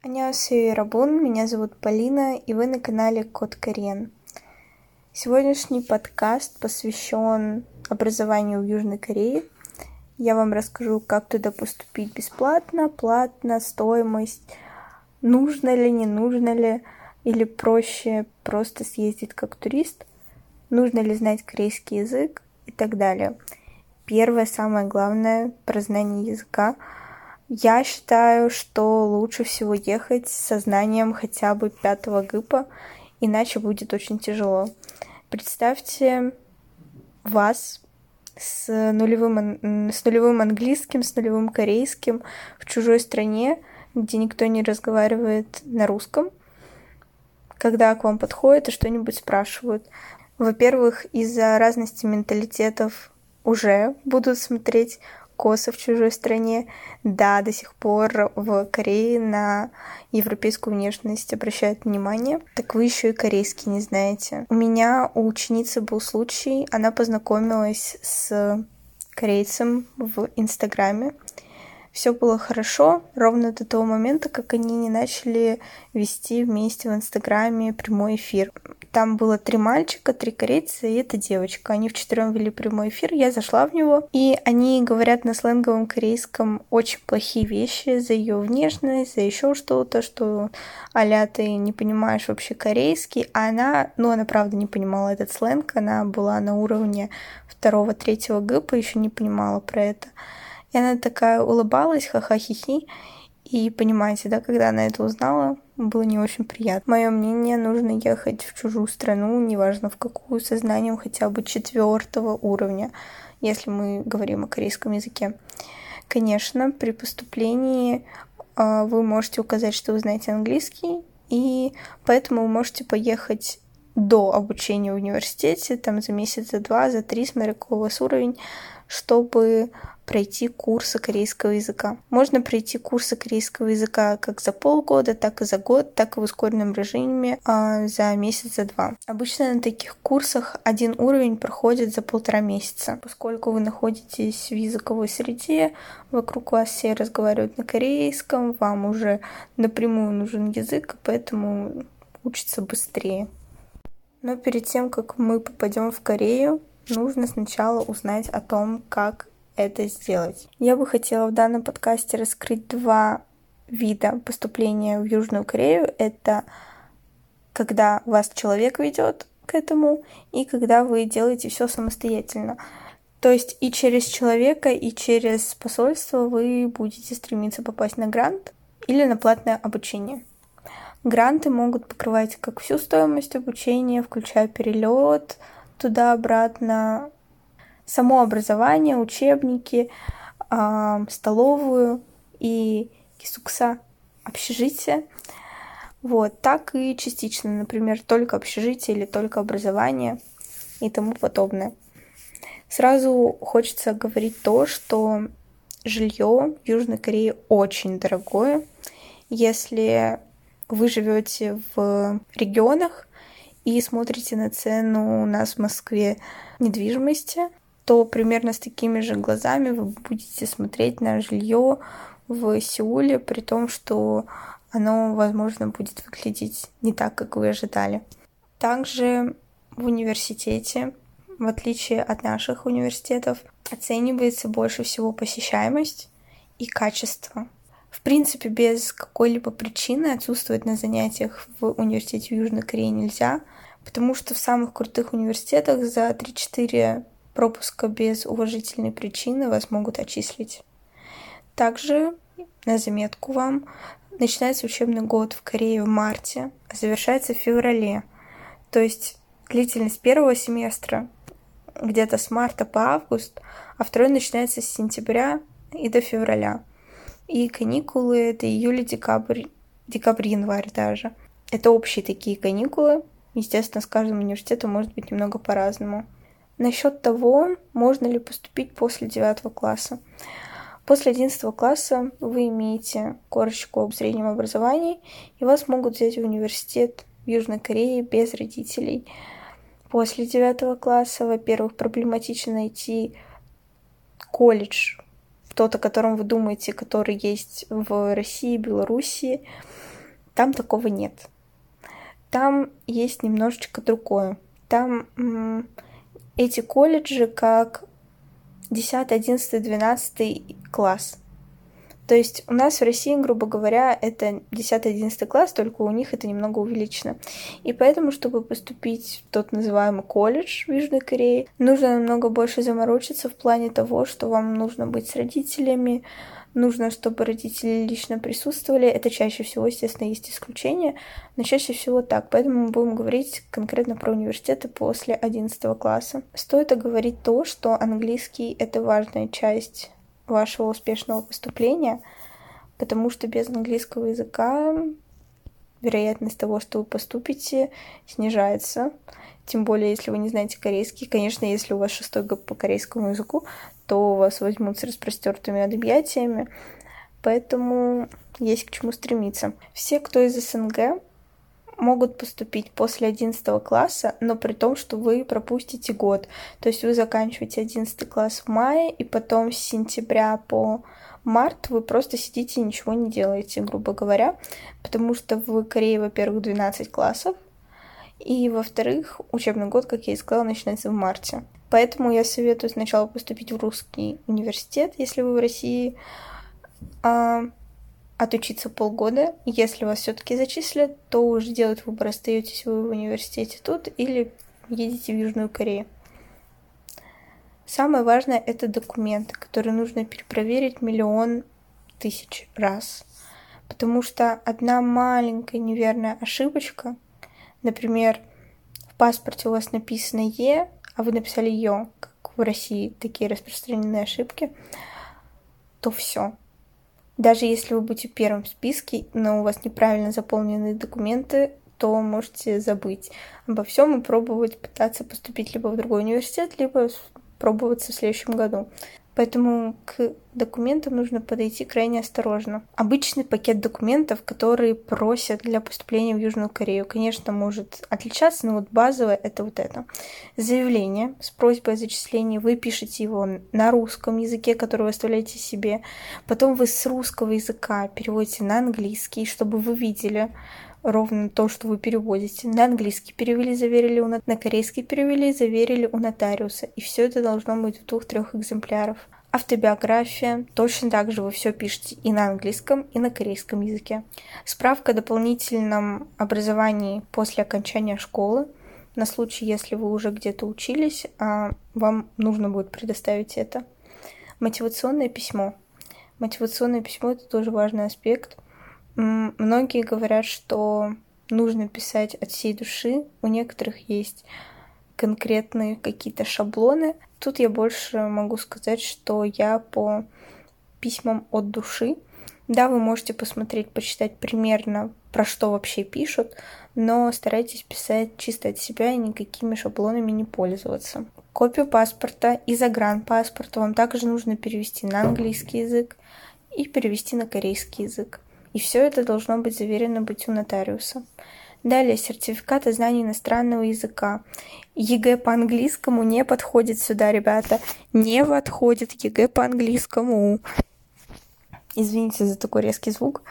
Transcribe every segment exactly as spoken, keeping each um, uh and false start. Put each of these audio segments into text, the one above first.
Аньонсео Йорабун, меня зовут Полина, и вы на канале Код Кореен. Сегодняшний подкаст посвящен образованию в Южной Корее. Я вам расскажу, как туда поступить бесплатно, платно, стоимость, нужно ли, не нужно ли, или проще просто съездить как турист, нужно ли знать корейский язык и так далее. Первое, самое главное, про знание языка. Я считаю, что лучше всего ехать со знанием хотя бы пятого ГИПа, иначе будет очень тяжело. Представьте вас с нулевым, с нулевым английским, с нулевым корейским в чужой стране, где никто не разговаривает на русском, когда к вам подходят и что-нибудь спрашивают. Во-первых, из-за разности менталитетов уже будут смотреть косо в чужой стране. Да, до сих пор в Корее на европейскую внешность обращают внимание. Так вы еще и корейский не знаете. У меня, у ученицы был случай, она познакомилась с корейцем в Инстаграме. Все было хорошо, ровно до того момента, как они не начали вести вместе в Инстаграме прямой эфир. Там было три мальчика, три корейца и эта девочка. Они вчетвером вели прямой эфир, я зашла в него, и они говорят на сленговом корейском очень плохие вещи за ее внешность, за еще что-то, что а-ля ты не понимаешь вообще корейский, а она, ну она правда не понимала этот сленг, она была на уровне второго-третьего ГИПа, еще не понимала про это. И она такая улыбалась, ха-ха-хи-хи. И понимаете, да, когда она это узнала, было не очень приятно. Мое мнение, нужно ехать в чужую страну, неважно в какую, со знанием хотя бы четвертого уровня, если мы говорим о корейском языке. Конечно, при поступлении э, вы можете указать, что вы знаете английский, и поэтому вы можете поехать до обучения в университете, там за месяц, за два, за три, смотря какой у вас уровень, чтобы пройти курсы корейского языка. Можно пройти курсы корейского языка как за полгода, так и за год, так и в ускоренном режиме а, за месяц, за два. Обычно на таких курсах один уровень проходит за полтора месяца. Поскольку вы находитесь в языковой среде, вокруг вас все разговаривают на корейском, вам уже напрямую нужен язык, поэтому учится быстрее. Но перед тем, как мы попадем в Корею, нужно сначала узнать о том, как это сделать. Я бы хотела в данном подкасте раскрыть два вида поступления в Южную Корею. Это когда вас человек ведет к этому, и когда вы делаете все самостоятельно. То есть и через человека, и через посольство вы будете стремиться попасть на грант или на платное обучение. Гранты могут покрывать как всю стоимость обучения, включая перелет туда-обратно, само образование, учебники, э, столовую и кисукса, общежитие. Вот, так и частично, например, только общежитие или только образование и тому подобное. Сразу хочется говорить то, что жилье в Южной Корее очень дорогое. Если вы живете в регионах и смотрите на цену у нас в Москве недвижимости, то примерно с такими же глазами вы будете смотреть на жилье в Сеуле, при том, что оно, возможно, будет выглядеть не так, как вы ожидали. Также в университете, в отличие от наших университетов, оценивается больше всего посещаемость и качество. В принципе, без какой-либо причины отсутствовать на занятиях в университете в Южной Корее нельзя, потому что в самых крутых университетах за три-четыре пропуска без уважительной причины вас могут отчислить. Также, на заметку вам, начинается учебный год в Корее в марте, а завершается в феврале. То есть длительность первого семестра где-то с марта по август, а второй начинается с сентября и до февраля. И каникулы — это июль-декабрь, декабрь-январь даже. Это общие такие каникулы. Естественно, с каждым университетом может быть немного по-разному. Насчет того, можно ли поступить после девятого класса. После одиннадцатого класса вы имеете корочку об среднем образовании, и вас могут взять в университет в Южной Корее без родителей. После девятого класса, во-первых, проблематично найти колледж, тот, о котором вы думаете, который есть в России, Белоруссии. Там такого нет. Там есть немножечко другое. Там м- эти колледжи как десятый, одиннадцатый, двенадцатый класс. То есть у нас в России, грубо говоря, это десятый-одиннадцатый класс, только у них это немного увеличено. И поэтому, чтобы поступить в тот называемый колледж в Южной Корее, нужно намного больше заморочиться в плане того, что вам нужно быть с родителями, нужно, чтобы родители лично присутствовали. Это чаще всего, естественно, есть исключения, но чаще всего так. Поэтому мы будем говорить конкретно про университеты после одиннадцатого класса. Стоит оговорить то, что английский — это важная часть вашего успешного поступления, потому что без английского языка вероятность того, что вы поступите, снижается. Тем более, если вы не знаете корейский. Конечно, если у вас шестой ГЭП по корейскому языку, то вас возьмут с распростертыми объятиями. Поэтому есть к чему стремиться. Все, кто из СНГ, могут поступить после одиннадцатого класса, но при том, что вы пропустите год. То есть вы заканчиваете одиннадцатый класс в мае, и потом с сентября по март вы просто сидите и ничего не делаете, грубо говоря, потому что в Корее, во-первых, двенадцать классов, и, во-вторых, учебный год, как я и сказала, начинается в марте. Поэтому я советую сначала поступить в русский университет, если вы в России, а отучиться полгода. Если вас все-таки зачислят, то уже делать выбор, остаетесь вы в университете тут или едете в Южную Корею. Самое важное — это документы, которые нужно перепроверить миллион тысяч раз. Потому что одна маленькая неверная ошибочка, например, в паспорте у вас написано «Е», а вы написали «Ё», как в России такие распространенные ошибки, то все. Даже если вы будете первым в списке, но у вас неправильно заполнены документы, то можете забыть обо всем и пробовать пытаться поступить либо в другой университет, либо пробоваться в следующем году. Поэтому к документам нужно подойти крайне осторожно. Обычный пакет документов, которые просят для поступления в Южную Корею, конечно, может отличаться, но вот базовое — это вот это. Заявление с просьбой о зачислении. Вы пишете его на русском языке, который вы оставляете себе. Потом вы с русского языка переводите на английский, чтобы вы видели ровно то, что вы переводите. На английский перевели, заверили у нот... на корейский перевели, заверили у нотариуса. И все это должно быть в двух-трех экземплярах. Автобиография. Точно так же вы все пишете и на английском, и на корейском языке. Справка о дополнительном образовании после окончания школы. На случай, если вы уже где-то учились, вам нужно будет предоставить это. Мотивационное письмо. Мотивационное письмо — это тоже важный аспект. Многие говорят, что нужно писать от всей души. У некоторых есть конкретные какие-то шаблоны. Тут я больше могу сказать, что я по письмам от души. Да, вы можете посмотреть, почитать примерно, про что вообще пишут, но старайтесь писать чисто от себя и никакими шаблонами не пользоваться. Копию паспорта и загранпаспорта вам также нужно перевести на английский язык и перевести на корейский язык. И все это должно быть заверено быть у нотариуса. Далее, сертификат о знании иностранного языка. ЕГЭ по английскому не подходит сюда, ребята. Не подходит ЕГЭ по английскому. Извините за такой резкий звук.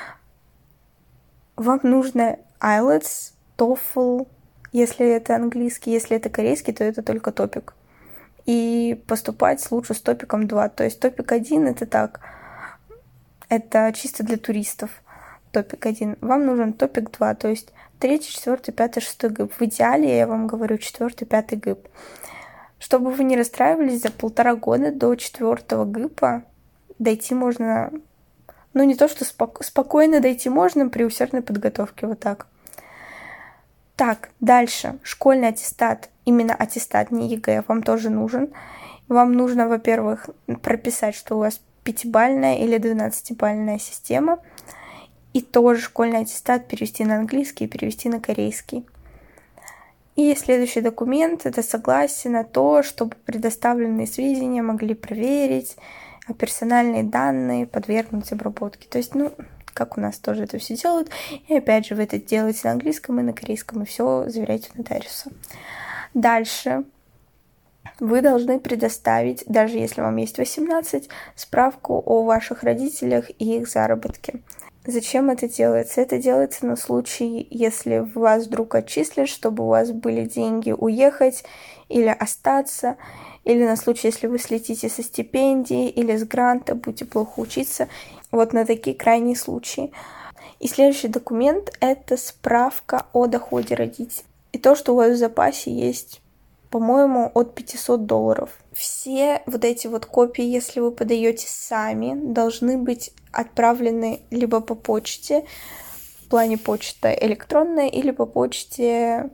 Вам нужно айлтс, тофл, если это английский. Если это корейский, то это только топик. И поступать лучше с топиком два. То есть топик один — это так... Это чисто для туристов. Топик один. Вам нужен топик два, то есть третий, четвертый, пятый, шестой ГИП. В идеале, я вам говорю, четвертый, пятый ГИП. Чтобы вы не расстраивались, за полтора года до четвертого ГИПа дойти можно... Ну, не то, что споко- спокойно дойти можно при усердной подготовке, вот так. Так, дальше. Школьный аттестат. Именно аттестат, не ЕГЭ, вам тоже нужен. Вам нужно, во-первых, прописать, что у вас пятибалльная или двенадцатибалльная система, и тоже школьный аттестат перевести на английский и перевести на корейский. И следующий документ — это согласие на то, чтобы предоставленные сведения могли проверить, а персональные данные подвергнуть обработке. То есть, ну, как у нас тоже это все делают. И опять же, вы это делаете на английском и на корейском, и все заверяете у нотариуса. Дальше. Вы должны предоставить, даже если вам есть восемнадцать, справку о ваших родителях и их заработке. Зачем это делается? Это делается на случай, если вас вдруг отчислят, чтобы у вас были деньги уехать или остаться, или на случай, если вы слетите со стипендии или с гранта, будете плохо учиться. Вот на такие крайние случаи. И следующий документ — это справка о доходе родителей. И то, что у вас в запасе есть, по-моему, от пятьсот долларов. Все вот эти вот копии, если вы подаете сами, должны быть отправлены либо по почте, в плане почта электронная, или по почте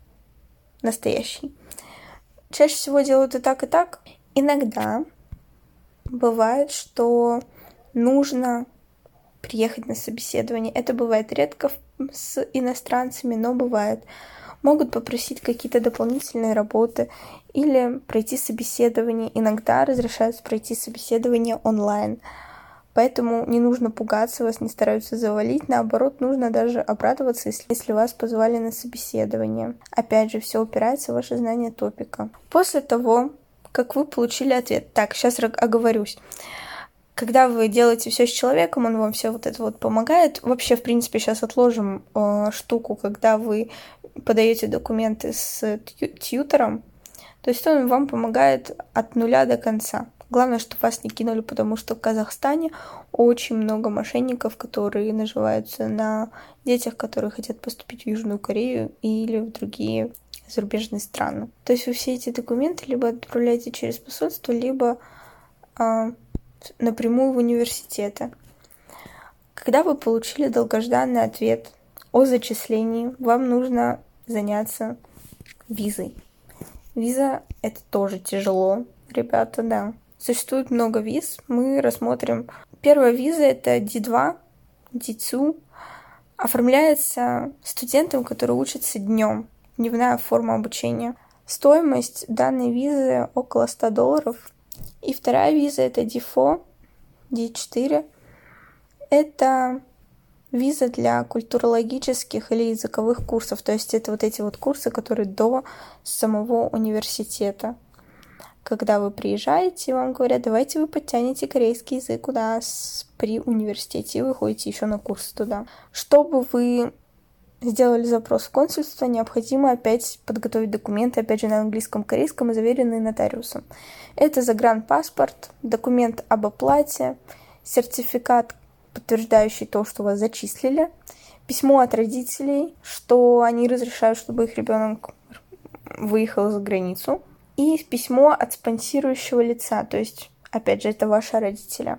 настоящей. Чаще всего делают и так, и так. Иногда бывает, что нужно приехать на собеседование. Это бывает редко с иностранцами, но бывает. Могут попросить какие-то дополнительные работы или пройти собеседование. Иногда разрешаются пройти собеседование онлайн. Поэтому не нужно пугаться, вас не стараются завалить. Наоборот, нужно даже обрадоваться, если, если вас позвали на собеседование. Опять же, все упирается в ваше знание топика. После того, как вы получили ответ. Так, сейчас оговорюсь. Когда вы делаете все с человеком, он вам все вот это вот помогает. Вообще, в принципе, сейчас отложим э, штуку, когда вы подаете документы с тью- тьютором. То есть он вам помогает от нуля до конца. Главное, чтобы вас не кинули, потому что в Казахстане очень много мошенников, которые наживаются на детях, которые хотят поступить в Южную Корею или в другие зарубежные страны. То есть вы все эти документы либо отправляете через посольство, либо э, напрямую в университеты. Когда вы получили долгожданный ответ о зачислении, вам нужно заняться визой. Виза — это тоже тяжело, ребята, да. Существует много виз, мы рассмотрим. Первая виза — это ди два, ди два. Оформляется студентам, которые учатся днем. Дневная форма обучения. Стоимость данной визы около сто долларов. И вторая виза — это ди четыре. ди четыре — это виза для культурологических или языковых курсов. То есть это вот эти вот курсы, которые до самого университета. Когда вы приезжаете, вам говорят, давайте вы подтянете корейский язык у нас при университете, и вы ходите еще на курсы туда. Чтобы вы сделали запрос в консульство, необходимо опять подготовить документы, опять же на английском, корейском и заверенные нотариусом. Это загранпаспорт, документ об оплате, сертификат, подтверждающий то, что вас зачислили, письмо от родителей, что они разрешают, чтобы их ребенок выехал за границу, и письмо от спонсирующего лица, то есть, опять же, это ваши родители.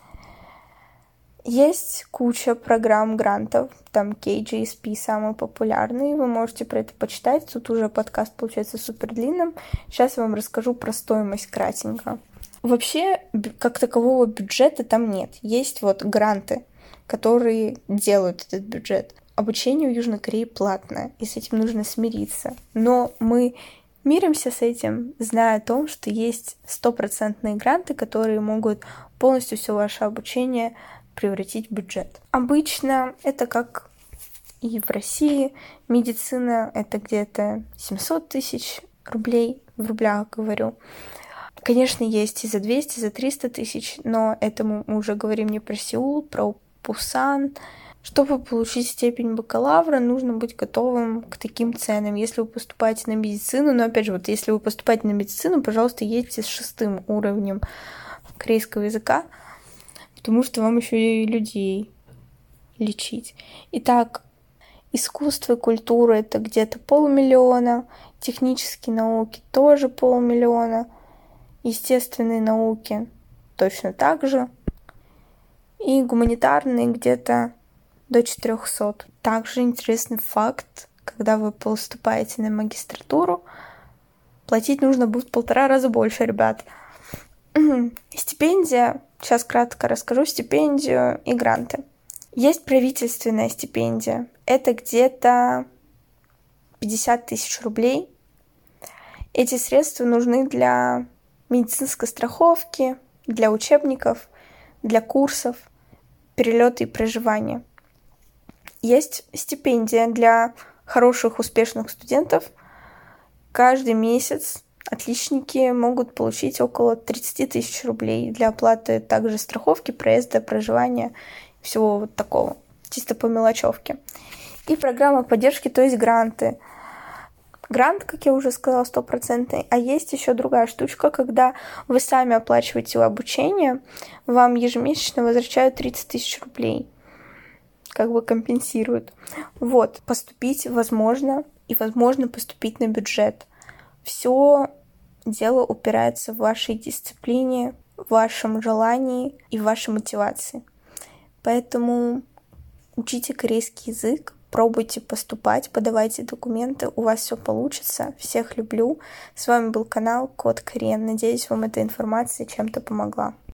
Есть куча программ грантов, там кей джи эс пи самый популярный, вы можете про это почитать, тут уже подкаст получается супер длинным. Сейчас я вам расскажу про стоимость кратенько. Вообще, как такового бюджета там нет. Есть вот гранты, которые делают этот бюджет. Обучение в Южной Корее платное, и с этим нужно смириться. Но мы миримся с этим, зная о том, что есть стопроцентные гранты, которые могут полностью все ваше обучение превратить в бюджет. Обычно это как и в России. Медицина — это где-то семьсот тысяч рублей, в рублях говорю. Конечно, есть и за двести, и за триста тысяч, но это мы уже говорим не про Сеул, про Пусан. Чтобы получить степень бакалавра, нужно быть готовым к таким ценам. Если вы поступаете на медицину, но опять же, вот если вы поступаете на медицину, пожалуйста, едьте с шестым уровнем корейского языка, потому что вам еще и людей лечить. Итак, искусство и культура — это где-то полмиллиона, технические науки тоже полмиллиона, естественные науки точно так же, и гуманитарные где-то до четырехсот. Также интересный факт, когда вы поступаете на магистратуру, платить нужно будет в полтора раза больше, ребят. Стипендия, сейчас кратко расскажу стипендию и гранты. Есть правительственная стипендия, это где-то пятьдесят тысяч рублей. Эти средства нужны для медицинской страховки, для учебников, для курсов, перелета и проживания. Есть стипендия для хороших, успешных студентов. Каждый месяц отличники могут получить около тридцать тысяч рублей для оплаты также страховки, проезда, проживания всего вот такого, чисто по мелочевке. И программа поддержки, то есть гранты. Грант, как я уже сказала, стопроцентный. А есть еще другая штучка, когда вы сами оплачиваете обучение, вам ежемесячно возвращают тридцать тысяч рублей. Как бы компенсируют. Вот, поступить возможно, и возможно поступить на бюджет. Все дело упирается в вашей дисциплине, в вашем желании и в вашей мотивации. Поэтому учите корейский язык, пробуйте поступать, подавайте документы, у вас все получится. Всех люблю. С вами был канал Код Кореен. Надеюсь, вам эта информация чем-то помогла.